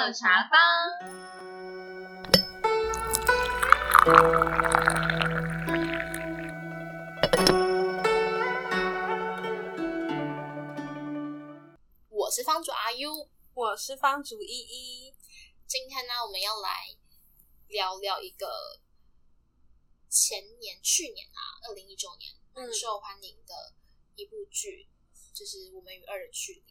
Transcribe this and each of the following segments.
mở茶坊。我是方主阿 U， 我是方主依依。 今天呢，我们要来聊聊一个去年2019年很受欢迎的一部剧，就是《我们与恶的距离》。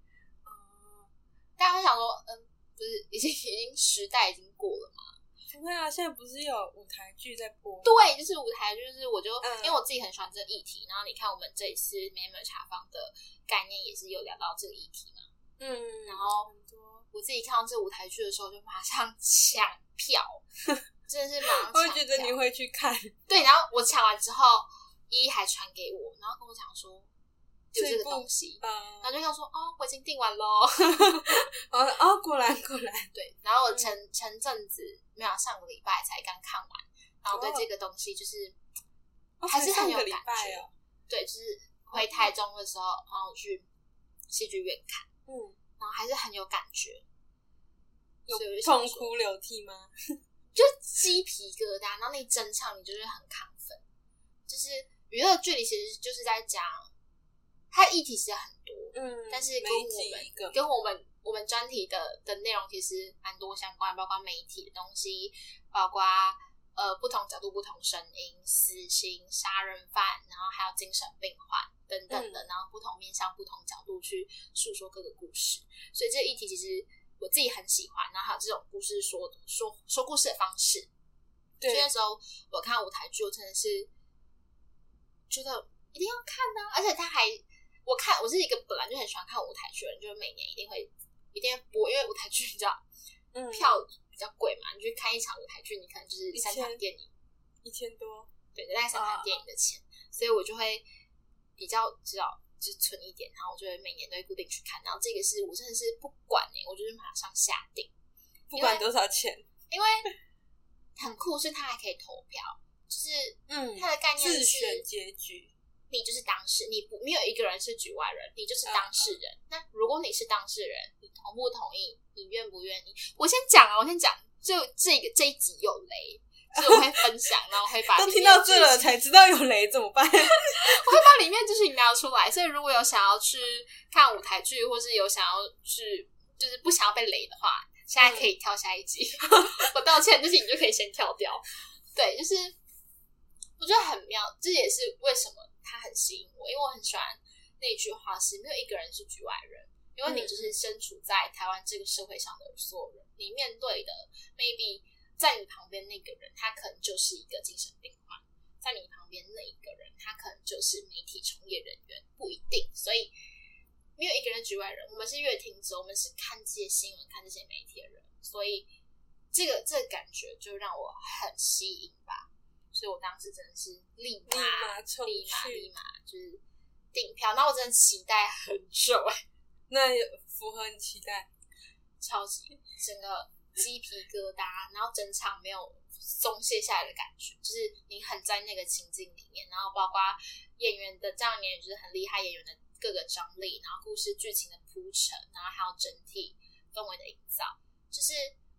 大家会想说，不是已经时代已经过了吗？ 不会啊，现在不是有舞台剧在播？ 对，就是舞台剧，就是我就、因为我自己很喜欢这个议题，然后你看我们这一次美美茶坊的概念也是有聊到这个议题嘛。然后我自己看到这舞台剧的时候，就马上抢票，真的是马上抢票。 我会觉得你会去看。 对，然后我抢完之后，依依还传给我，然后跟我讲说有这个东西，然后就跟我说我已经订完咯。 果然对，然后我前阵子没有上个礼拜才刚看完，然后对这个东西就是还是很有感觉。对，就是回台中的时候，然后去戏剧院看，然后还是很有感觉。 有痛哭流涕吗？ 就鸡皮疙瘩，然后那一整场你就是很亢奋。就是娱乐剧里其实就是在讲，它的议题其实很多，但是跟我们专题的内容其实蛮多相关，包括媒体的东西，包括不同角度、不同声音、死刑、杀人犯，然后还有精神病患等等的，然后不同面向、不同角度去诉说各个故事。所以这个议题其实我自己很喜欢，然后还有这种故事说故事的方式。所以那时候我看舞台剧，我真的是觉得一定要看啊！而且我是一个本来就很喜欢看舞台剧的人，就是每年一定会播，因为舞台剧你知道，票比较贵嘛，你去看一场舞台剧，你可能就是3场电影 1000多， 对，大概3场电影的钱，所以我就会比较知道就是存一点，然后我就会每年都会固定去看。然后这个是我真的是不管我就是马上下定， 不管多少钱， 因为很酷是它还可以投票，就是它的概念是自选结局。 你就是当事，没有一个人是局外人，你就是当事人。那如果你是当事人，你同不同意？你愿不愿意？我先讲，就这一集有雷，所以我会分享，然后我会把都听到这了才知道有雷怎么办？ 我会把里面剧情拿出来。所以如果有想要去看舞台剧，或是有想要去就是不想要被雷的话，现在可以跳下一集。我道歉，就是你就可以先跳掉。对，就是我觉得很妙，这也是为什么它很吸引我，因为我很喜欢那句话是没有一个人是局外人，因为你就是身处在台湾这个社会上的所有人，你面对的 maybe 在你旁边那个人他可能就是一个精神病患，在你旁边那一个人他可能就是媒体从业人员，不一定。所以没有一个人局外人，我们是乐听者，我们是看这些新闻看这些媒体的人，所以这个感觉就让我很吸引吧。所以我当时真的是立马就是订票，那我真的期待很久那有符合你期待？ 超级，整个鸡皮疙瘩，然后整场没有松懈下来的感觉，就是你很在那个情境里面，然后包括演员的这样演员就是很厉害演员的各个张力，然后故事剧情的铺陈，然后还有整体氛围的营造，就是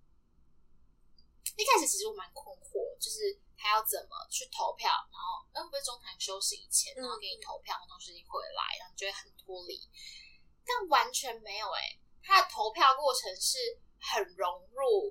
一开始其实我蛮困惑，就是他要怎么去投票，然后不是中场休息以前，然后给你投票，然后同时你回来，然后你就会很脱离。但完全没有他的投票过程是很融入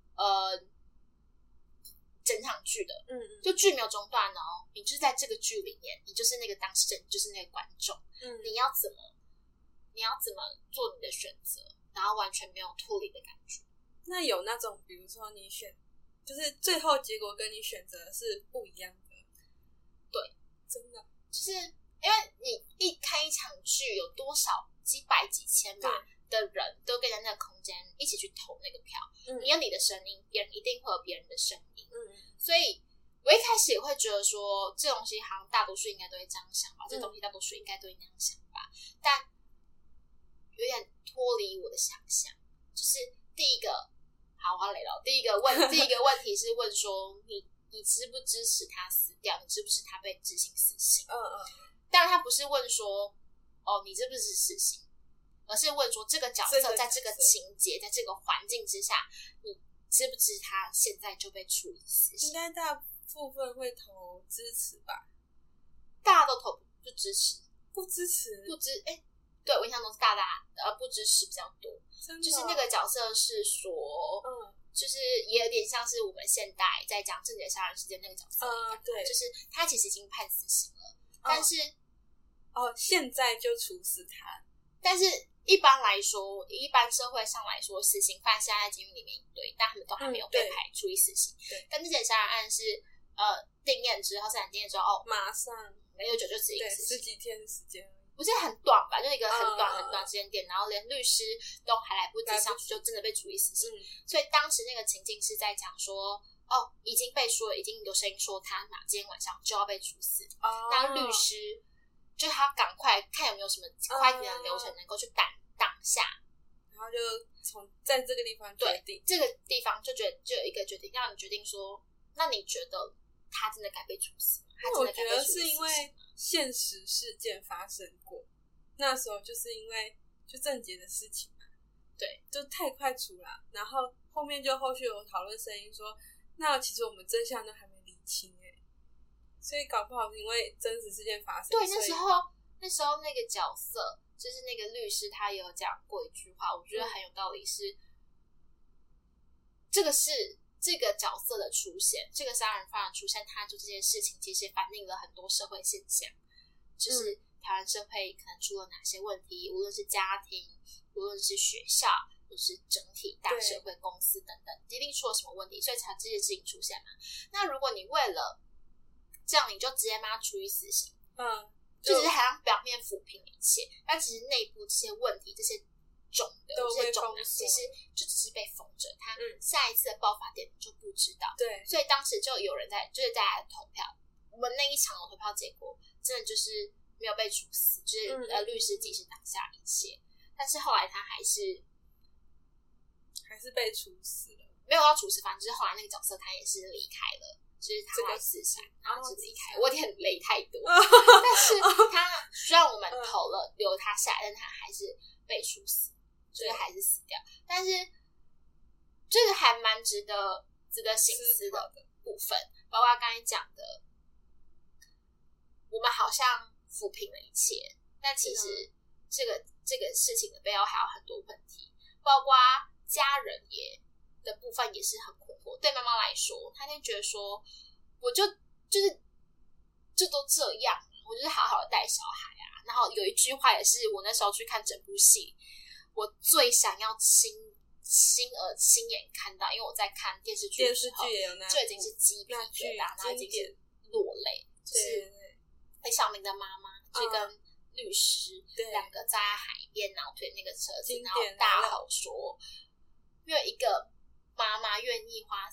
整场剧的，就剧没有中断你就是在这个剧里面，你就是那个当事人，你就是那个观众，你要怎么做你的选择，然后完全没有脱离的感觉。 那有那种比如说你选就是最后结果跟你选择的是不一样的？对， 真的就是因为你看一场剧有多少几百几千吧的人都跟在那个空间一起去投那个票，你有你的声音，别人一定会有别人的声音，所以我一开始也会觉得说这东西好像大多数应该都会这样想吧，这东西大多数应该都会那样想吧，但有点脱离我的想象。就是第一个好，我要雷了。第一个问题是问说你支不支持他死掉？你支不支持他被执行死刑？当然他不是问说你支不支持死刑， 而是问说这个角色在这个情节在这个环境之下，你知不知他现在就被处以死刑？ 应该大部分会投支持吧？ 大家都投不支持， 不支持， 对，我印象中是不支持比较多。 真的就是那个角色是说，就是也有点像是我们现代在讲正解杀人事件那个角色一样， 对， 就是他其实已经判死刑了，但是现在就处死他。 但是一般来说，一般社会上来说，死刑犯现在在监狱里面一堆，但他们都还没有被排处以死刑。但这件杀人案是定验之后，定验之后马上没有久就执行死刑， 10几天的时间。 不是很短吧，就是一个很短时间点，然后连律师都还来不及上去，就真的被处以死刑。所以当时那个情境是在讲说，已经被说，已经有声音说他今天晚上就要被处死。那律师就他赶快看有没有什么快点的流程能够去挡下， 然后就在这个地方决定， 这个地方就有一个决定，让你决定说，那你觉得他真的该被处死吗？ 我觉得是因为现实事件发生过，那时候就是因为就郑捷的事情嘛， 对， 就太快出了，然后后面就后续有讨论声音说，那其实我们真相都还没理清所以搞不好是因为真实事件发生。 对，那时候那个角色就是那个律师，他有讲过一句话，我觉得很有道理是，这个角色的出现，这个杀人犯的出现，他做这件事情其实反映了很多社会现象，就是台湾社会可能出了哪些问题，无论是家庭，无论是学校，或是整体大社会、公司等等，一定出了什么问题，所以才这些事情出现嘛。那如果你为了这样，你就直接把他处以死刑，就只是好像表面抚平一切，但其实内部这些问题、这些这些种囊，其实就只是被封着，他下一次的爆发点就不知道。 对， 所以当时就有人就是在投票，我们那一场的投票结果真的就是没有被处死，就是律师即是挡下一切，但是后来他还是被处死了， 没有要处死，反正就是后来那个角色他也是离开了。就是他后来自杀，然后就离开。我有点雷太多，但是他虽然我们投了留他下来，但他还是被处死，就是还是死掉。但是这个还蛮值得省思的部分，包括刚才讲的，我们好像抚平了一切，但其实这个事情的背后还有很多问题，包括家人的部分也是很困惑。对妈妈来说，她就觉得说，我就都这样，我就是好好的带小孩啊。然后有一句话也是我那时候去看整部戏，我最想要亲眼看到，因为我在看电视剧的时候，就已经是鸡皮疙瘩，然后已经是落泪。就是李小明的妈妈就跟律师两个在海边然后推那个车子，然后大吼说，没有一个妈妈愿意花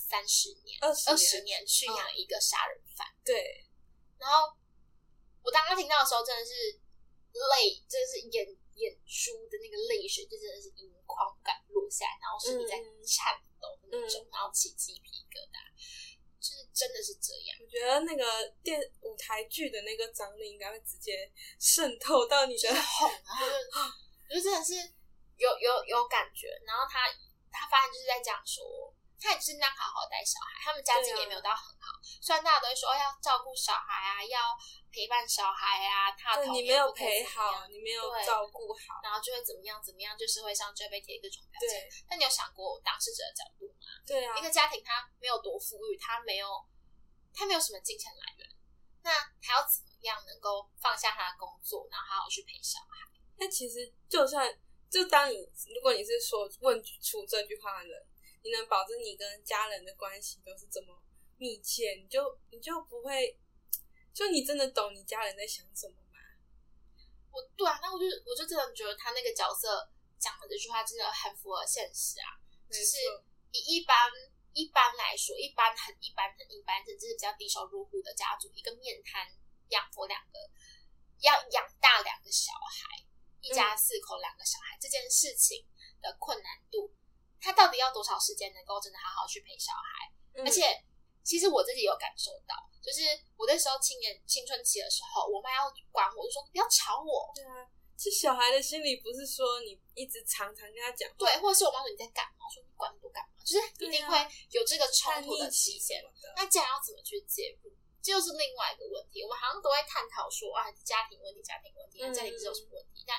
20年去养一个杀人犯。 对， 然后我当时听到的时候，真的是泪，真的是眼珠的那个泪水，就真的是盈眶不敢落下来，然后身体在颤抖的那种，然后起鸡皮疙瘩，就是真的是这样。 我觉得那个舞台剧的那个张力应该会直接渗透到你的哄，然后就真的是有感觉。然后他发现就是在讲说，他也就是那样好好带小孩，他们家境也没有到很好。虽然大家都会说要照顾小孩啊，要陪伴小孩啊，他的童年你没有陪好，你没有照顾好， 然后就会怎么样，就社会上就会被贴各种标签。但你有想过当事者的角度吗？ 对啊， 一个家庭他没有多富裕，他没有什么金钱来源，那他要怎么样能够放下他的工作，然后好好去陪小孩？ 那其实如果你是说问出这句话的人，你能保证你跟家人的关系都是这么密切，你就不会，就你真的懂你家人在想什么吗？ 对啊，那我就真的觉得他那个角色讲的这句话真的很符合现实啊。就是以一般来说，很一般，甚至是比较低收入户的家族，一个面摊养活要养大2个小孩，一家4口2个小孩，这件事情的困难度，他到底要多少时间能够真的好好去陪小孩？而且其实我自己有感受到，就是我那时候青春期的时候，我妈要管我，就说不要吵我。 对啊， 就小孩的心理不是说你一直常常跟他讲话， 对，或者是我妈说你在干嘛，我说你管你多干嘛，就是一定会有这个冲突的期限。那家长要怎么去介入？这又是另外一个问题。我们好像都在探讨说啊，家庭问题，家庭是有什么问题？但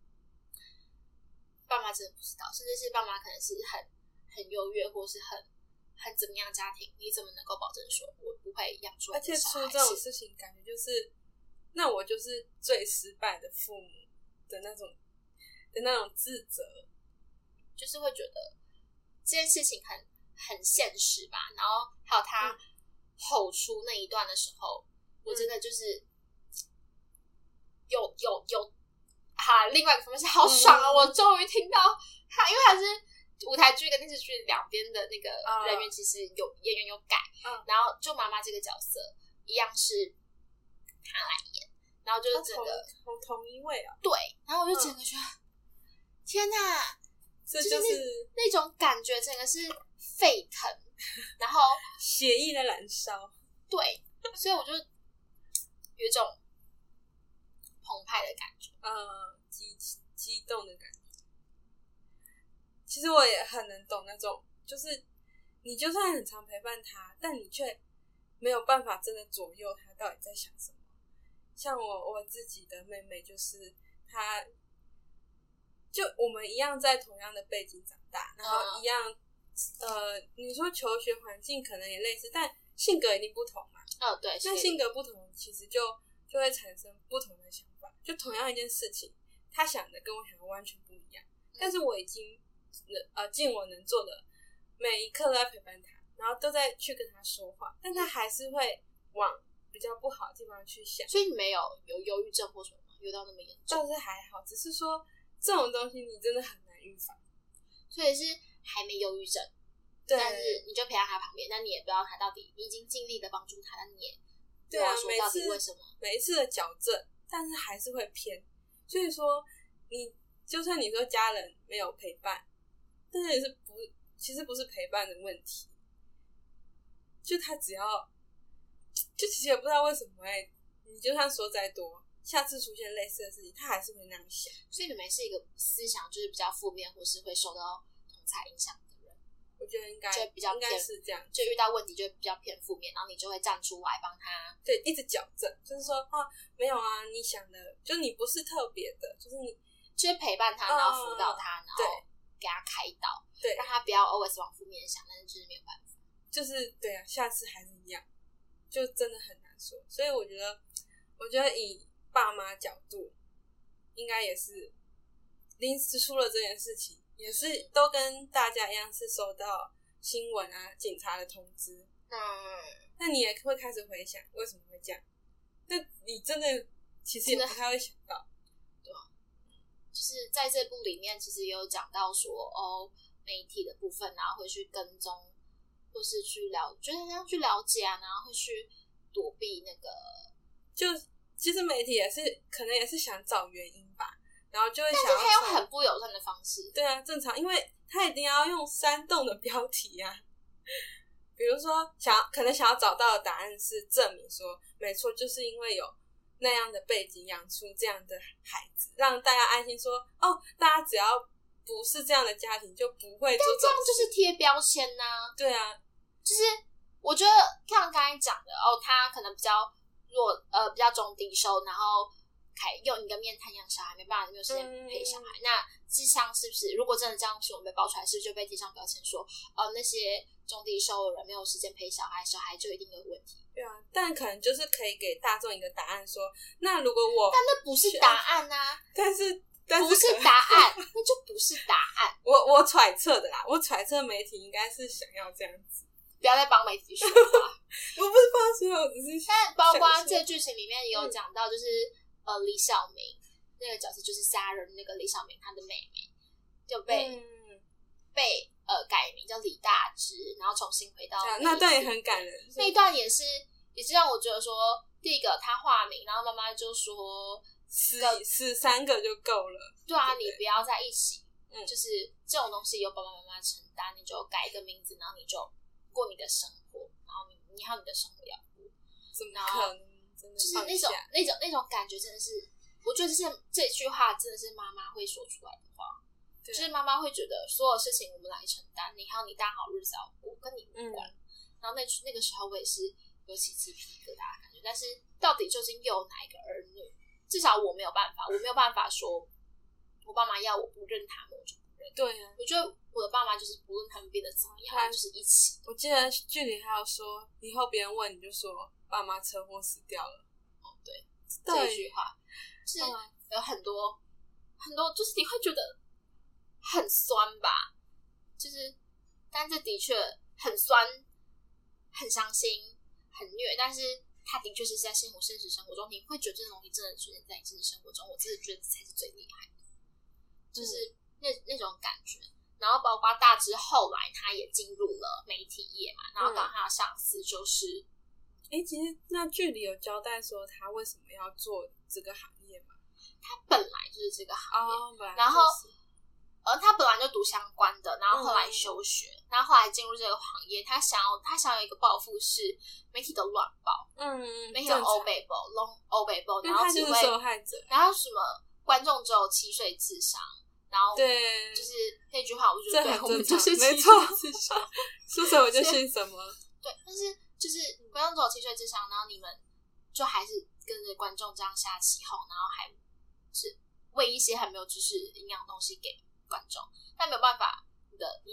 爸妈真的不知道，甚至是爸妈可能是很优越，或是很怎么样的家庭，你怎么能够保证说我不会养出来的小孩？ 而且出这种事情，感觉就是那我就是最失败的父母的那种自责， 就是会觉得这件事情很现实吧。然后还有他吼出那一段的时候，我真的就是有另外一个方面是好爽啊！我终于听到他，因为他是舞台剧跟电视剧两边的那个人员，其实演员有改，然后就妈妈这个角色一样是他来演，然后就是整个同一位啊， 对，然后我就整个觉得天哪， 这就是那种感觉，整个是沸腾，然后血液的燃烧， 对，所以我就有一种澎湃的感觉， 激动的感觉。其实我也很能懂那种，就是你就算很常陪伴他，但你却没有办法真的左右他到底在想什么。像我自己的妹妹，就是她，就我们一样在同样的背景长大，然后一样，你说求学环境可能也类似，但性格一定不同嘛。 对， 那性格不同，其实就会产生不同的想法。就同样一件事情，他想的跟我想的完全不一样，但是我已经尽我能做的，每一刻都在陪伴他，然后都在去跟他说话，但他还是会往比较不好的地方去想。 所以你没有忧郁症或什么吗？有到那么严重？ 倒是还好，只是说这种东西你真的很难预防。 所以是还没忧郁症， 对， 但是你就陪在他旁边，但你也不知道他到底，你已经尽力的帮助他，但你也不知道说到底为什么。 每一次的矫正，但是还是会偏。所以说，你就算你说家人没有陪伴，但是也是其实不是陪伴的问题，就他只要，就其实也不知道为什么你就算说再多，下次出现类似的事情，他还是会那样想。 所以你们是一个思想就是比较负面，或是会受到同侪影响的人。 我觉得应该是这样， 就遇到问题就会比较偏负面，然后你就会站出来帮他， 对，一直矫正，就是说没有啊，你想的，就你不是特别的，就是你就是陪伴他，然后辅导他，然后给他开导， 对， 让他不要 always 往负面想，但是就是没有办法， 就是对啊，下次还是一样，就真的很难说。所以我觉得以爸妈角度，应该也是临时出了这件事情，也是都跟大家一样是收到新闻啊、警察的通知。那你也会开始回想为什么会这样？那你真的其实也不太会想到， 对啊。就是在这部里面，其实也有讲到说，媒体的部分啊，会去跟踪，或是去就是要去了解啊，然后会去躲避那个， 就其实媒体也是可能也是想找原因吧，然后就会想要， 但是他用很不友善的方式， 对啊，正常，因为他一定要用煽动的标题啊，比如说可能想要找到的答案是证明说，没错，就是因为有那样的背景养出这样的孩子，让大家安心说，大家只要不是这样的家庭就不会做这种事。但这样就是贴标签啊。 对啊， 就是我觉得像刚才讲的他可能比较比较中低收，然后用一个面瘫养小孩，没办法没有时间陪小孩。那智商是不是如果真的这样新闻被爆出来，是不是就被贴上标签说那些中低收的人没有时间陪小孩，小孩就一定有问题？ 对啊，但可能就是可以给大众一个答案说，那如果但那不是答案啊， 但是不是答案，那就不是答案。 我揣测的啦，我揣测媒体应该是想要这样子。 不要再帮媒体说话。 我不是帮他说，我只是但包括这个剧情里面也有讲到，就是李小明那个角色，就是杀人那个李小明他的妹妹就被改名叫李大芝，然后重新回到那段也很感人。 那一段也是让我觉得说，第一个他化名，然后妈妈就说死3个就够了。 对啊，你不要在一起，就是这种东西由爸爸妈妈承担，你就改一个名字，然后你就过你的生活，然后你还有你的生活要过。 怎么可能？真的就是那种感觉真的是我觉得这句话真的是妈妈会说出来的话，就是妈妈会觉得所有事情我们来承担，你还有你大好日子要过，跟你无关。然后那个时候我也是有起鸡皮疙瘩的感觉，但是到底究竟又有哪一个儿女？至少我没有办法说，我爸妈要我不认他们，我就不认。 对啊， 我觉得我的爸妈就是不论他们变得怎么样，就是一起。 我记得剧里还有说，以后别人问你就说爸妈车祸死掉了。 对，这一句话是有很多很多，就是你会觉得很酸吧，就是但这的确很酸，很伤心，很虐，但是它的确是在现实生活中，你会觉得这种东西真的出现在你真实生活中，我真的觉得这才是最厉害的，就是那种感觉。然后包括大之后来他也进入了媒体业嘛，然后当他的上司就是其实那剧里有交代说他为什么要做这个行业吗？ 他本来就是这个行业， 然后他本来就读相关的，然后后来休学，然后后来进入这个行业，他想要有一个抱负是媒体的乱报，媒体的欧北报，然后他就是受害者， 然后什么观众只有7岁智商，然后对， 就是那句话，我觉得对，我们就是没错，说什么就信什么， 对，但是就是观众只有7岁智商，然后你们就还是跟着观众这样下起哄，然后还是喂一些很没有知识营养的东西给观众，但没有办法，你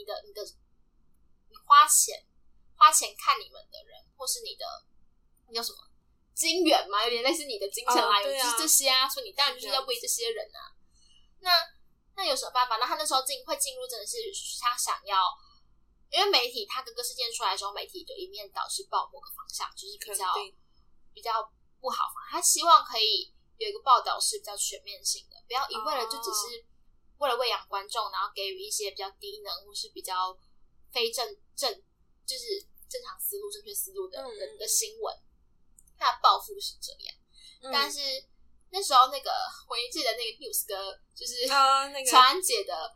花钱看你们的人，或是你叫什么金源嘛，有点类似你的金钱来源，就是这些啊，所以你当然就是要为这些人啊。那有什么办法？那他那时候会进入，真的是他想要，因为媒体他哥哥事件出来的时候，媒体就一面倒是报某个方向，就是比较不好方向。他希望可以有一个报道是比较全面性的，不要一味了就只是为了喂养观众，然后给予一些比较低能或是比较非就是正常思路、正确思路的新闻。他的抱负是这样，但是那时候我也记得那个 news 哥就是乔安姐的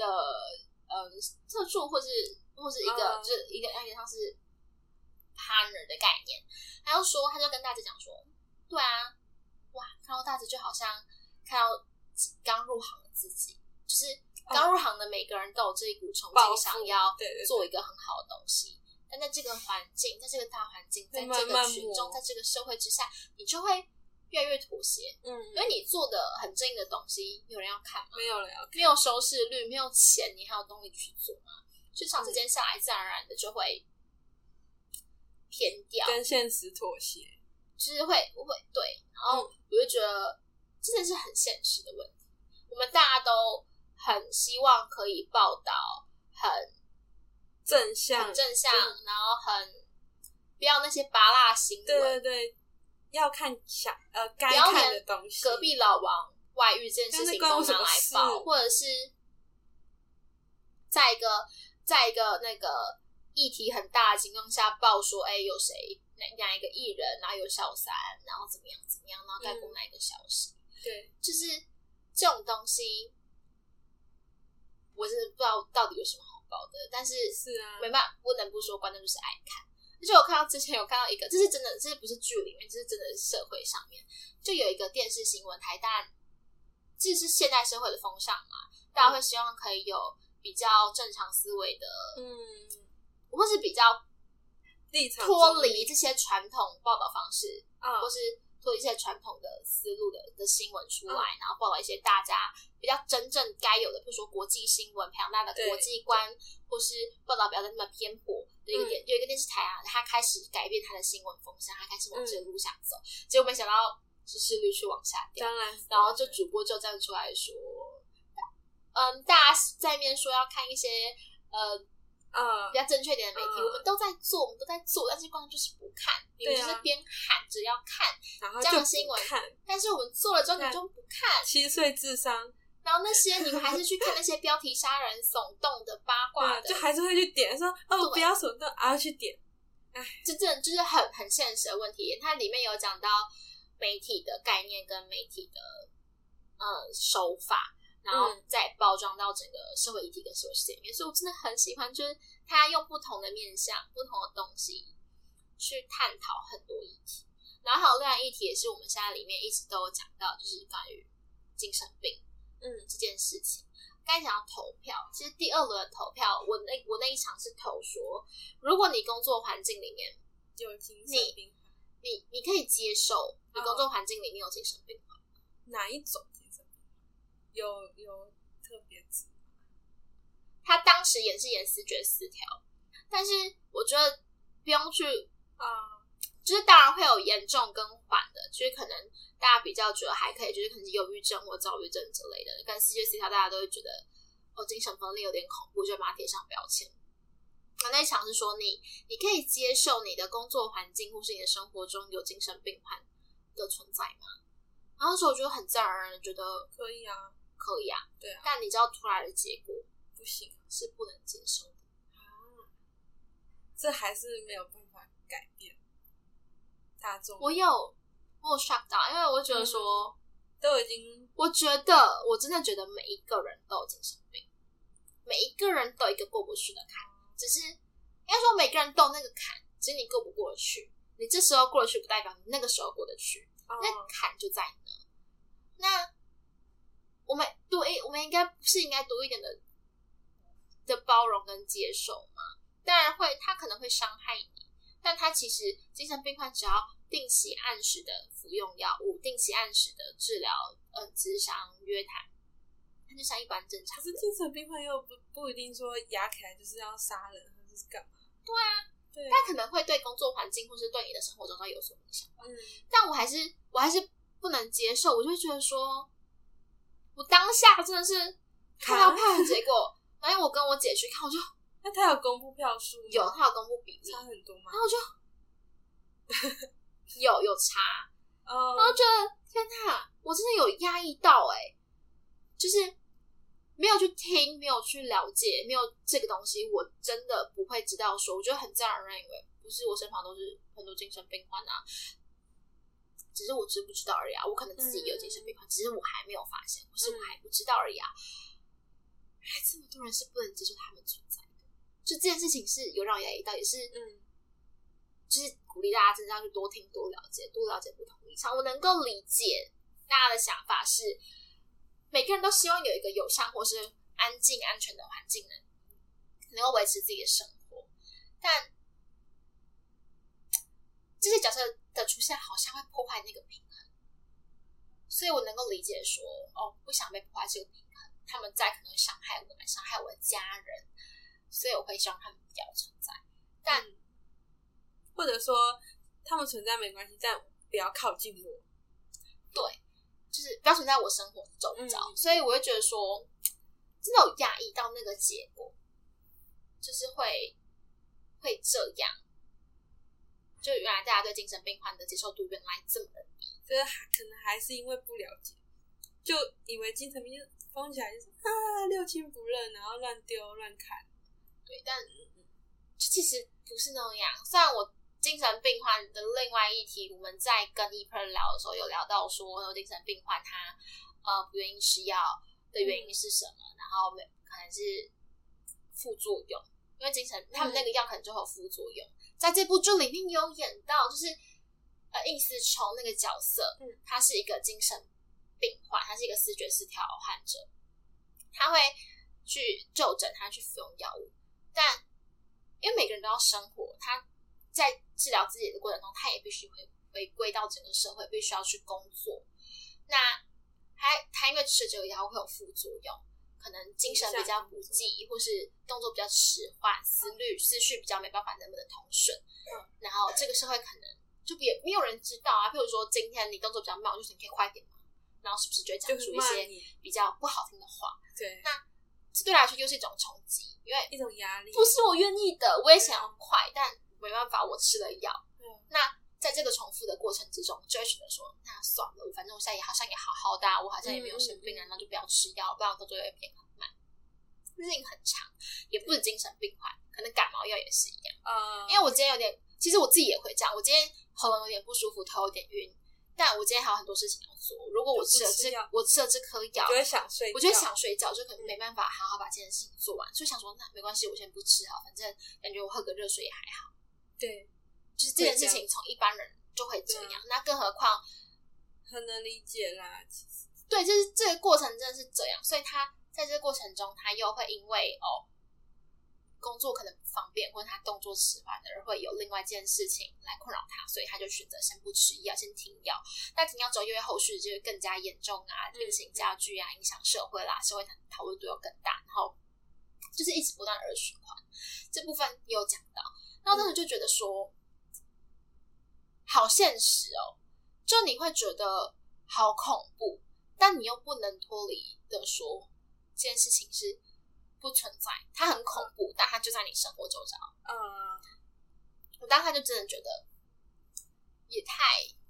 特助或是一个就是一个有点像是 partner 的概念，他就跟大家讲说，对啊，哇，看到大家就好像看到刚入行的自己，就是刚入行的每个人都有这一股冲劲，想要做一个很好的东西。但在这个环境，在这个大环境，在这个群众，在这个社会之下，你就会越来越妥协。因为你做的很正义的东西，有人要看吗？ 没有人要看， 没有收视率，没有钱，你还有动力去做吗？所以长时间下来，自然而然的就会偏掉， 跟现实妥协， 就是会对。然后我就觉得真的是很现实的问题。我们大家都很希望可以报道很正向， 然后不要那些芭乐新闻， 对，要看该看的东西， 隔壁老王外遇这件事情都拿来报，或者是在一个那个议题很大的情况下报说，有谁哪一个艺人，然后有小三，然后怎么样，然后盖过哪一个消息， 对， 就是这种东西，我真的不知道到底有什么好报的，但是没办法，不能不说观众就是爱看。而且我之前有看到一个，这是真的，这不是剧里面，这是真的社会上面，就有一个电视新闻台，当然这是现代社会的风尚嘛，大家会希望可以有比较正常思维的，或是比较脱离这些传统报道方式，或是脱离这些传统的思路的新闻出来，然后报道一些大家比较真正该有的，比如说国际新闻、庞大的国际观，或是报道不要那么偏颇的一个点。有一个电视台啊，他开始改变他的新闻风向，他开始往这个路上走，结果没想到收视率去往下掉，然后就主播就站出来说，大家在面说要看一些比较正确点的媒体，我们都在做，但是观众就是不看，你们就是边喊着要看这样的新闻，但是我们做了之后你就不看 ，7岁智商， 然后那些你们还是去看那些标题杀人、耸动的、八卦的， 就还是会去点说不要耸动，要去点。 这真的就是很现实的问题。它里面有讲到媒体的概念跟媒体的手法，然后再包装到整个社会议题跟社会事件里面，所以我真的很喜欢，就是他用不同的面向、不同的东西去探讨很多议题。 然后还有另外议题也是我们现在里面一直都有讲到，就是关于精神病这件事情。刚才讲到投票，其实第2轮的投票，我那一场是投说，如果你工作环境里面有精神病患， 你可以接受你工作环境里面有精神病患， 哪一种精神病患？有特别指吗？ 他当时演思觉失调，但是我觉得不用去就是当然会有严重跟缓的，就是可能大家比较觉得还可以，就是可能是忧郁症或躁郁症之类的，跟思觉失调大家都会觉得精神分裂有点恐怖，就把它贴上标签。那一场是说你可以接受你的工作环境或是你的生活中有精神病患的存在吗？然后那时候我觉得很自然而然的觉得可以啊，对啊， 但你知道出来的结果不行， 是不能接受的这还是没有办法改变大众。 我有 shock 到，因为我觉得说都已经， 我真的觉得每一个人都有精神病，每一个人都有一个过不去的坎，只是应该说每个人都有那个坎，只是你过不过得去。你这时候过得去，不代表你那个时候过得去，那坎就在那。那我们应该不是应该多一点的包容跟接受吗？当然会，他可能会伤害你，但他其实精神病患只要定期按时的服用药物，定期按时的治疗，咨商约谈，他就像一般正常。 可是精神病患又不一定说压起来就是要杀人或者是干嘛。 对啊，他可能会对工作环境或是对你的生活中有所影响。但我还是不能接受，我就觉得说，我当下真的是看到票的结果，然后我跟我姐去看，我就那他有公布票数吗？ 有，他有公布比例， 差很多吗？ 然后我就有差，然后觉得天哪，我真的有压抑到就是没有去听，没有去了解，没有这个东西，我真的不会知道说，我觉得很自然而然，因为不是我身旁都是很多精神病患啊，只是我知不知道而已啊，我可能自己也有精神病患，只是我还没有发现，或是我还不知道而已啊。还这么多人是不能接受他们存在的，就这件事情是有让我压抑到，也是就是鼓励大家真的要去多听多了解不同立场。我能够理解大家的想法是每个人都希望有一个友善或是安静安全的环境能够维持自己的生活，但这些角色的出现好像会破坏那个平衡，所以我能够理解说不想被破坏这个平衡，他们在可能会伤害我们，伤害我的家人，所以我会希望他们不要存在，但或者说他们存在没关系，但不要靠近我。 对，就是不要存在我生活周遭，所以我会觉得说真的有压抑到那个结果，就是会这样，就原来大家对精神病患的接受度原来这么的低， 就是可能还是因为不了解，就以为精神病就疯起来就是六亲不认，然后乱丢乱砍。 对，但其实不是那样。虽然我精神病患的另外议题，我们在跟 E-Per 聊的时候有聊到说，精神病患他不愿意吃药的原因是什么，然后可能是副作用，因为他们那个药可能就会有副作用。在这部剧里面有演到，就是应思聪那个角色，他是一个精神病患，他是一个思觉失调患者，他会去就诊，他去服用药物，但因为每个人都要生活，他在治疗自己的过程中，他也必须回归到整个社会，必须要去工作。那他因为吃这个药会有副作用，可能精神比较不济，或是动作比较迟缓，思绪比较没办法那么的通顺。然后这个社会可能就也没有人知道啊。譬如说今天你动作比较慢，就是你可以快点嘛，然后是不是就会讲出一些比较不好听的话？ 对， 那这对来说又是一种冲击，因为一种压力， 不是我愿意的，我也想要快，但没办法，我吃了药。那在这个重复的过程之中，就会觉得说，那算了，反正我现在好像也好好的，我好像也没有生病啊，那就不要吃药，不然动作会变很慢。事情很长，也不止精神病患，可能感冒药也是一样。因为我今天有点，其实我自己也会这样，我今天喉咙有点不舒服，头有点晕，但我今天还有很多事情要做。如果我吃了这颗药， 我就会想睡觉， 我就会想睡觉，就可能没办法好好把这件事情做完，所以想说那没关系，我先不吃好，反正感觉我喝个热水也还好。 对， 就是这件事情从一般人就会这样。那更何况很能理解啦，其实对，就是这个过程真的是这样，所以他在这个过程中，他又会因为工作可能不方便，或者他动作迟缓而会有另外一件事情来困扰他，所以他就选择先不吃药，先停药。那停药之后，因为后续就会更加严重啊，病情加剧啊，影响社会啦，社会讨论度又更大，然后就是一直不断而循环。这部分也有讲到，然后当时就觉得说，好现实哦，就你会觉得好恐怖，但你又不能脱离的说这件事情是不存在，它很恐怖，但它就在你生活周遭。我当时就真的觉得也太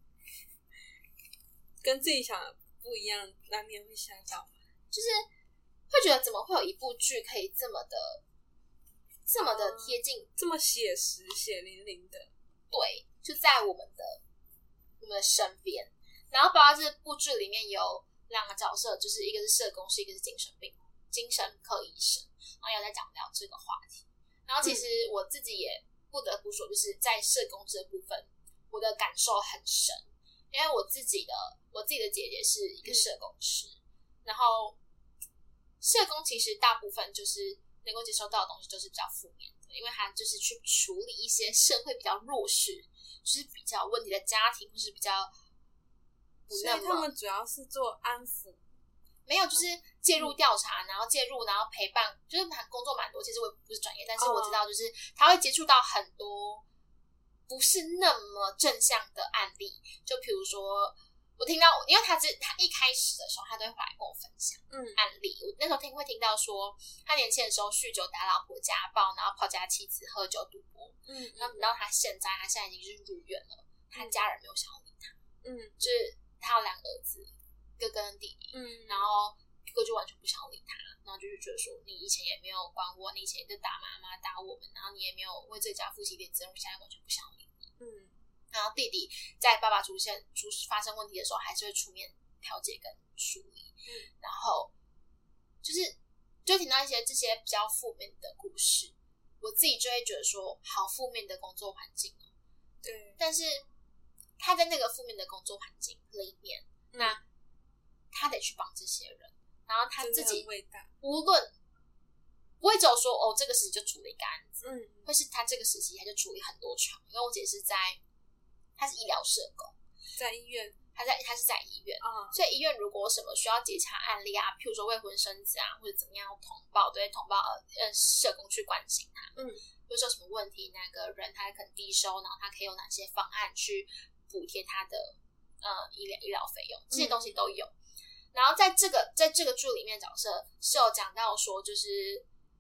跟自己想的不一样，难免会吓到， 就是会觉得怎么会有一部剧可以这么的贴近， 这么写实、血淋淋的， 对，就在我们的身边。然后包括这部剧里面有2个角色，就是一个是社工师，一个是精神科医生，然后要再讲聊这个话题。然后其实我自己也不得不说，就是在社工这部分，我的感受很深，因为我自己的姐姐是一个社工师，然后社工其实大部分就是能够接收到的东西都是比较负面的，因为他就是去处理一些社会比较弱势，就是比较有问题的家庭，或是比较不那么， 所以他们主要是做安抚。 没有，就是介入调查，然后陪伴，就是工作蛮多。其实我也不是专业，但是我知道，就是他会接触到很多不是那么正向的案例。就比如说，我听到，因为他一开始的时候，他都会回来跟我分享案例。我那时候会听到说，他年轻的时候酗酒打老婆、家暴，然后抛家弃子、喝酒赌博。然后等到他现在已经是入院了，他家人没有想要理他。就是他有2个儿子。哥哥跟弟弟，然后哥哥就完全不想理他，然后就是觉得说，你以前也没有管我，你以前就打妈妈打我们，然后你也没有为这家负起一点责任，现在完全不想理你。然后弟弟在爸爸发生问题的时候，还是会出面调解跟处理。然后就听到一些这些比较负面的故事，我自己就会觉得说，好负面的工作环境哦。 对， 但是他在那个负面的工作环境里面，那他得去帮这些人，然后他自己无论不会只有说这个时期就处理一个案子，会是他这个时期他就处理很多场。因为我姐他是医疗社工， 在医院， 他是在医院，所以医院如果有什么需要接洽案例啊，譬如说未婚生子啊，或者怎么样要通报，都会通报社工去关心他。比如说有什么问题，那个人他可能低收，然后他可以有哪些方案去补贴他的医疗费用，这些东西都有。然后在这个剧里面，角色是有讲到说，就是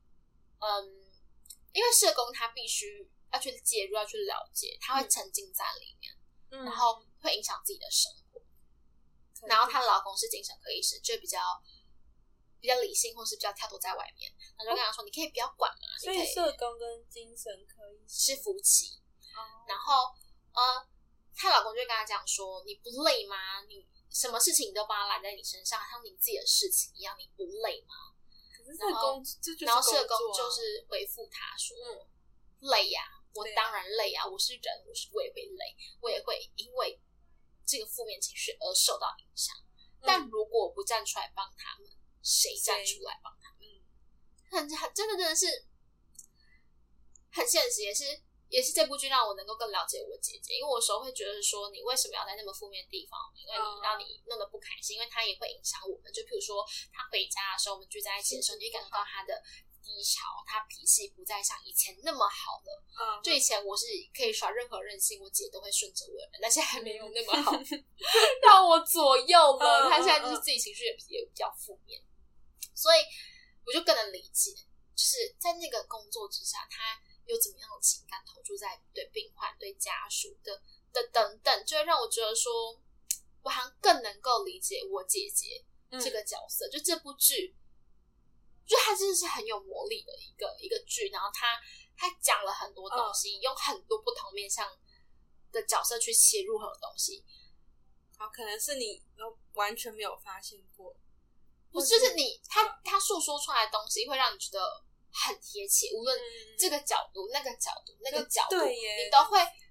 因为社工他必须要去介入，要去了解，他会沉浸在里面，然后会影响自己的生活。然后她的老公是精神科医师，就比较理性，或是比较跳脱在外面。然后就跟他说：“你可以不要管嘛。” 所以社工跟精神科医师是夫妻。然后她老公就跟他讲说：“你不累吗？你什么事情你都把它揽在你身上，像你自己的事情一样，你不累吗？” 可是然后社工就是回复他说：“累呀，我当然累啊，我是人，我也会累，我也会因为这个负面情绪而受到影响。但如果我不站出来帮他们，谁站出来帮他们？真的是很现实，也是这部剧让我能够更了解我姐姐，因为我有时候会觉得说，你为什么要在那么负面的地方？因为你让你弄得不开心，因为它也会影响我们。就譬如说，他回家的时候，我们聚在一起的时候，你会感受到他的低潮，他脾气不再像以前那么好了。就以前我是可以耍任何任性，我姐都会顺着我的人，但现在还没有那么好，让我左右了。他现在就是自己情绪也比较负面，所以我就更能理解，就是在那个工作之下，他有怎么样的情感投注在对病患、对家属的等等，就会让我觉得说，我好像更能够理解我姐姐这个角色。就这部剧，就它真的是很有魔力的一个剧，然后他讲了很多东西，用很多不同面向的角色去切入很多东西。 好，可能是你都完全没有发现过， 不是就是他诉说出来的东西会让你觉得很贴切，无论这个角度、那个角度、那个角度，你都会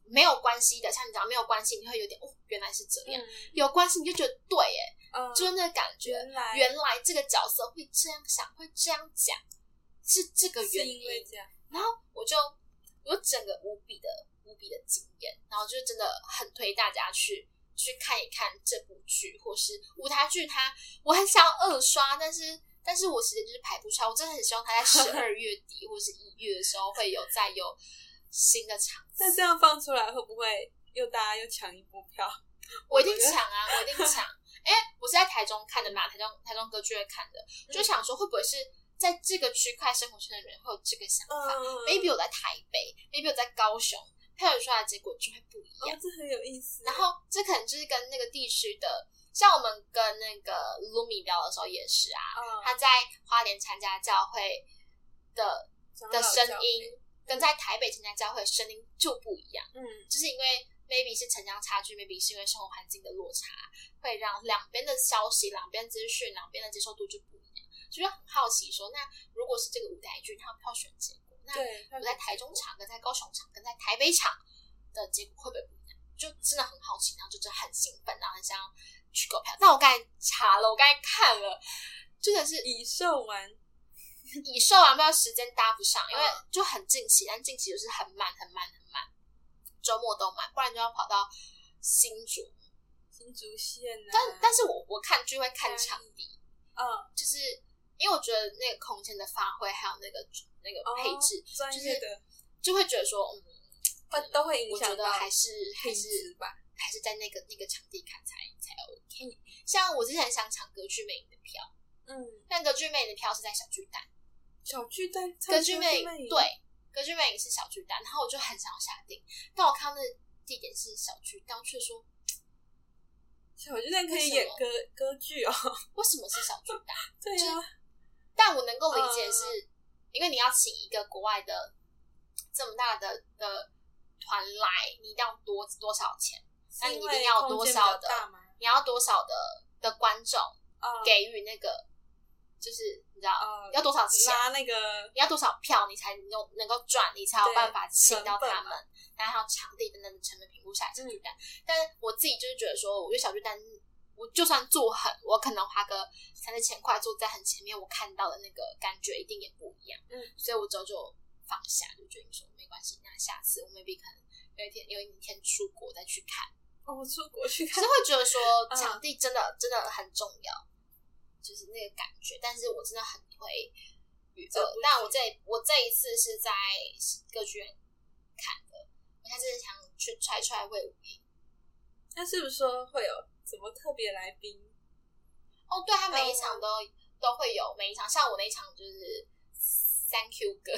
没有关系的，像你讲没有关系，你会有点原来是这样，有关系你就觉得对耶，就是那个感觉，原来这个角色会这样想，会这样讲，是这个原因，然后我整个无比的惊艳，然后就真的很推大家去看一看这部剧，或是舞台剧我很想要二刷，但是我时间就是排不出来，我真的很希望它在12月底或是1月的时候会再有新的场次。 那这样放出来会不会大家又抢一波票？ 我一定抢啊，我一定抢！我是在台中看的嘛，台中歌剧会看的，就想说会不会是在这个区块生活圈的人会有这个想法？maybe 我在台北 ，maybe 我在高雄，票选出来的结果就会不一样。 这很有意思。 然后这可能就是跟那个地区的，像我们跟那个 Lumi 聊的时候也是啊，他在花莲参加教会的声音，跟在台北参加教会的声音就不一样。就是因为 maybe 是城乡差距 ，maybe 是因为生活环境的落差，会让两边的消息、两边资讯、两边的接受度就不一样。所以很好奇说，那如果是这个舞台剧，它有票选结果，那我在台中场、跟在高雄场、跟在台北场的结果会不会不一样？就真的很好奇，然后就真的很兴奋，然后很想要去购票。但我刚才查了，我刚才看了，真的是已售完， 不知道时间搭不上，因为就很近期，但近期就是很满，周末都满，不然就要跑到新竹县但是我看剧会看场地，就是因为我觉得那个空间的发挥还有那个配置，就是就会觉得说， 都会影响到， 我觉得还是在那个场地看才 OK。像我之前想抢歌剧魅影的票，但歌剧魅影的票是在小巨蛋，歌剧魅影对，歌剧魅影是小巨蛋，然后我就很想要下定，但我看到那地点是小巨蛋，我却说小巨蛋可以演歌剧哦？ 为什么是小巨蛋？ 对啊， 但我能够理解是，因为你要请一个国外的这么大的团来，你一定要多少钱？那你一定要多少的？你要多少的观众给予那个？就是你知道要多少钱？你要多少票，你才能够赚，你才有办法请到他们，然后还有场地等等的成本评估下来小巨蛋。但是我自己就是觉得说，我觉得小巨蛋，我就算坐我可能花个3000-4000千块坐在很前面，我看到的那个感觉一定也不一样。所以我之后就放下，就决定说没关系，那下次我 maybe 可能有一天出国再去看。 我出国去看， 是会觉得说场地真的很重要。就是那个感觉，但是我真的很推但我这一次是在歌剧院看的，我现在真的想去踹魏武营。 那是不是说会有什么特别来宾？ 对，他每一场都会有，每一场像我那一场就是Thank You 歌，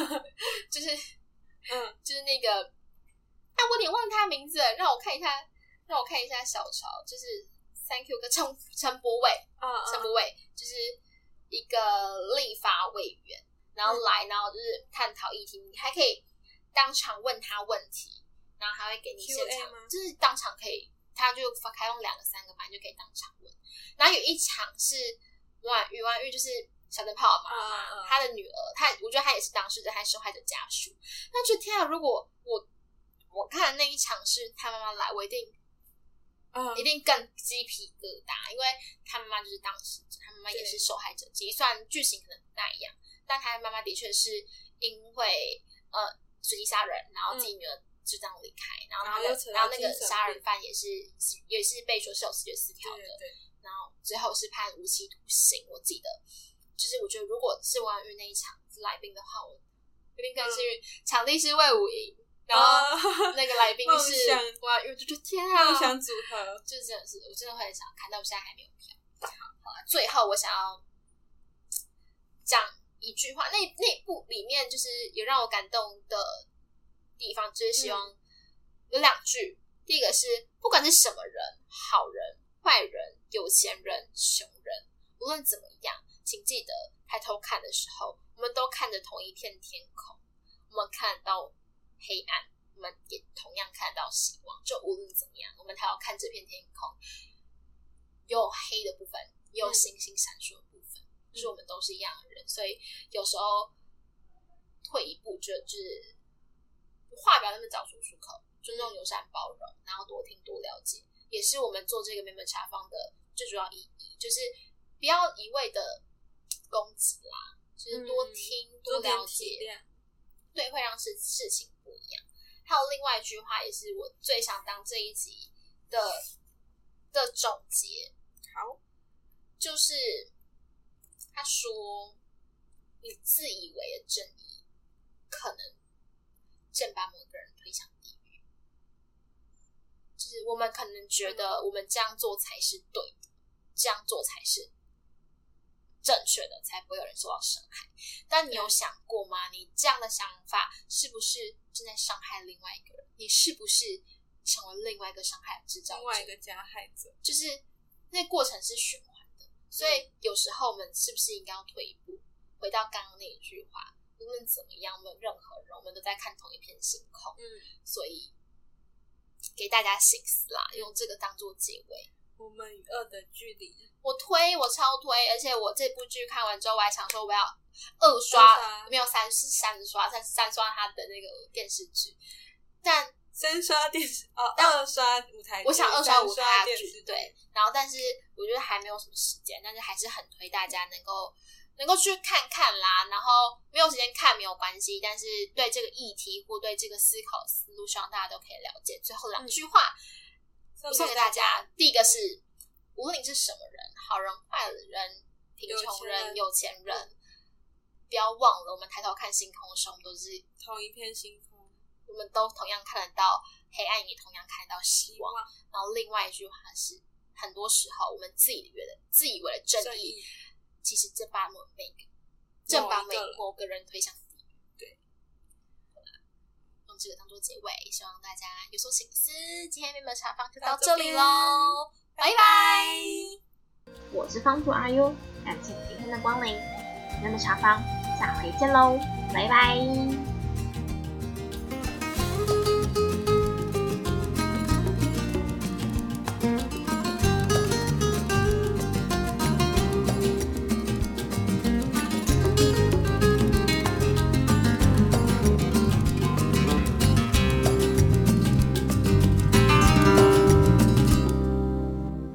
就是那个我有点忘了他的名字了，让我看一下小潮，就是。Thank you， 陈柏伟，陈柏伟就是一个立法委员，然后就是探讨议题，你还可以当场问他问题，然后他会给你现场，就是当场可以，他就开用2个3个班就可以当场问。然后有一场是婉玉就是小灯泡的妈妈，她的女儿，我觉得她也是当事者，还是受害者家属。那就天啊，如果我看的那一场是他妈妈来，我一定更鸡皮疙瘩，因为他妈妈就是当事者，他妈妈也是受害者，虽然剧情可能不大一样，但他妈妈的确是因为随机杀人，然后自己女儿就这样离开，然后那个杀人犯也是被说是有视觉失调的，然后最后是判无期徒刑。我记得就是我觉得如果是王玉那一场来宾的话，我有点更幸运，场地是魏武营。然后那个来宾是哇，我就觉得天啊， 梦想组合， 就是真的是，我真的会很想看，但我现在还没有票。好啦，最后我想要讲一句话，那部里面就是有让我感动的地方，就是希望有2句。第一个是，不管是什么人，好人、坏人、有钱人、穷人，无论怎么样，请记得抬头看的时候，我们都看着同一片天空，我们看得到黑暗，我们也同样看得到希望。就无论怎么样，我们还要看这片天空，有黑的部分，也有星星闪烁的部分，就是我们都是一样的人。所以有时候退一步，就是话不要那么早说出口， 尊重、友善、包容，然后多听多了解，也是我们做这个美美茶坊的最主要意义，就是不要一味的攻击啦，就是多听、多了解，对，会让事情不一样。还有另外一句话，也是我最想当这一集的总结。 好， 就是他说，你自以为的正义，可能正把某个人推向地狱。就是我们可能觉得我们这样做才是对的，这样做才是正确的，才不会有人受到伤害。但你有想过吗？你这样的想法是不是正在伤害另外一个人？你是不是成为另外一个伤害的制造者？ 另外一个加害者， 就是那过程是循环的。所以有时候我们是不是应该要退一步，回到刚刚那一句话，无论怎么样，我们任何人我们都在看同一片星空。所以给大家省思啦，用这个当做结尾。 我们与恶的距离， 我超推，而且我这部剧看完之后，我还想说我要二刷，没有三刷它的那个电视剧，但三刷电视二刷舞台剧， 我想二刷舞台剧， 对。然后但是我觉得还没有什么时间，但是还是很推大家能够去看看啦。然后没有时间看没有关系，但是对这个议题或对这个思考思路，希望大家都可以了解。最后2句话送给大家，第一个是，无论你是什么人，好人、坏人、贫穷人、有钱人，不要忘了，我们抬头看星空的时候，我们都是同一片星空， 我们都同样看得到黑暗，也同样看得到希望。然后另外一句话是，很多时候我们自以为的正义，其实正把某个人推向地狱。 对， 用这个当做结尾，希望大家有所省思。今天美美茶坊就到这里咯，拜拜。我是方主阿 U，感谢今天的光临，美美茶坊下回见咯，拜拜。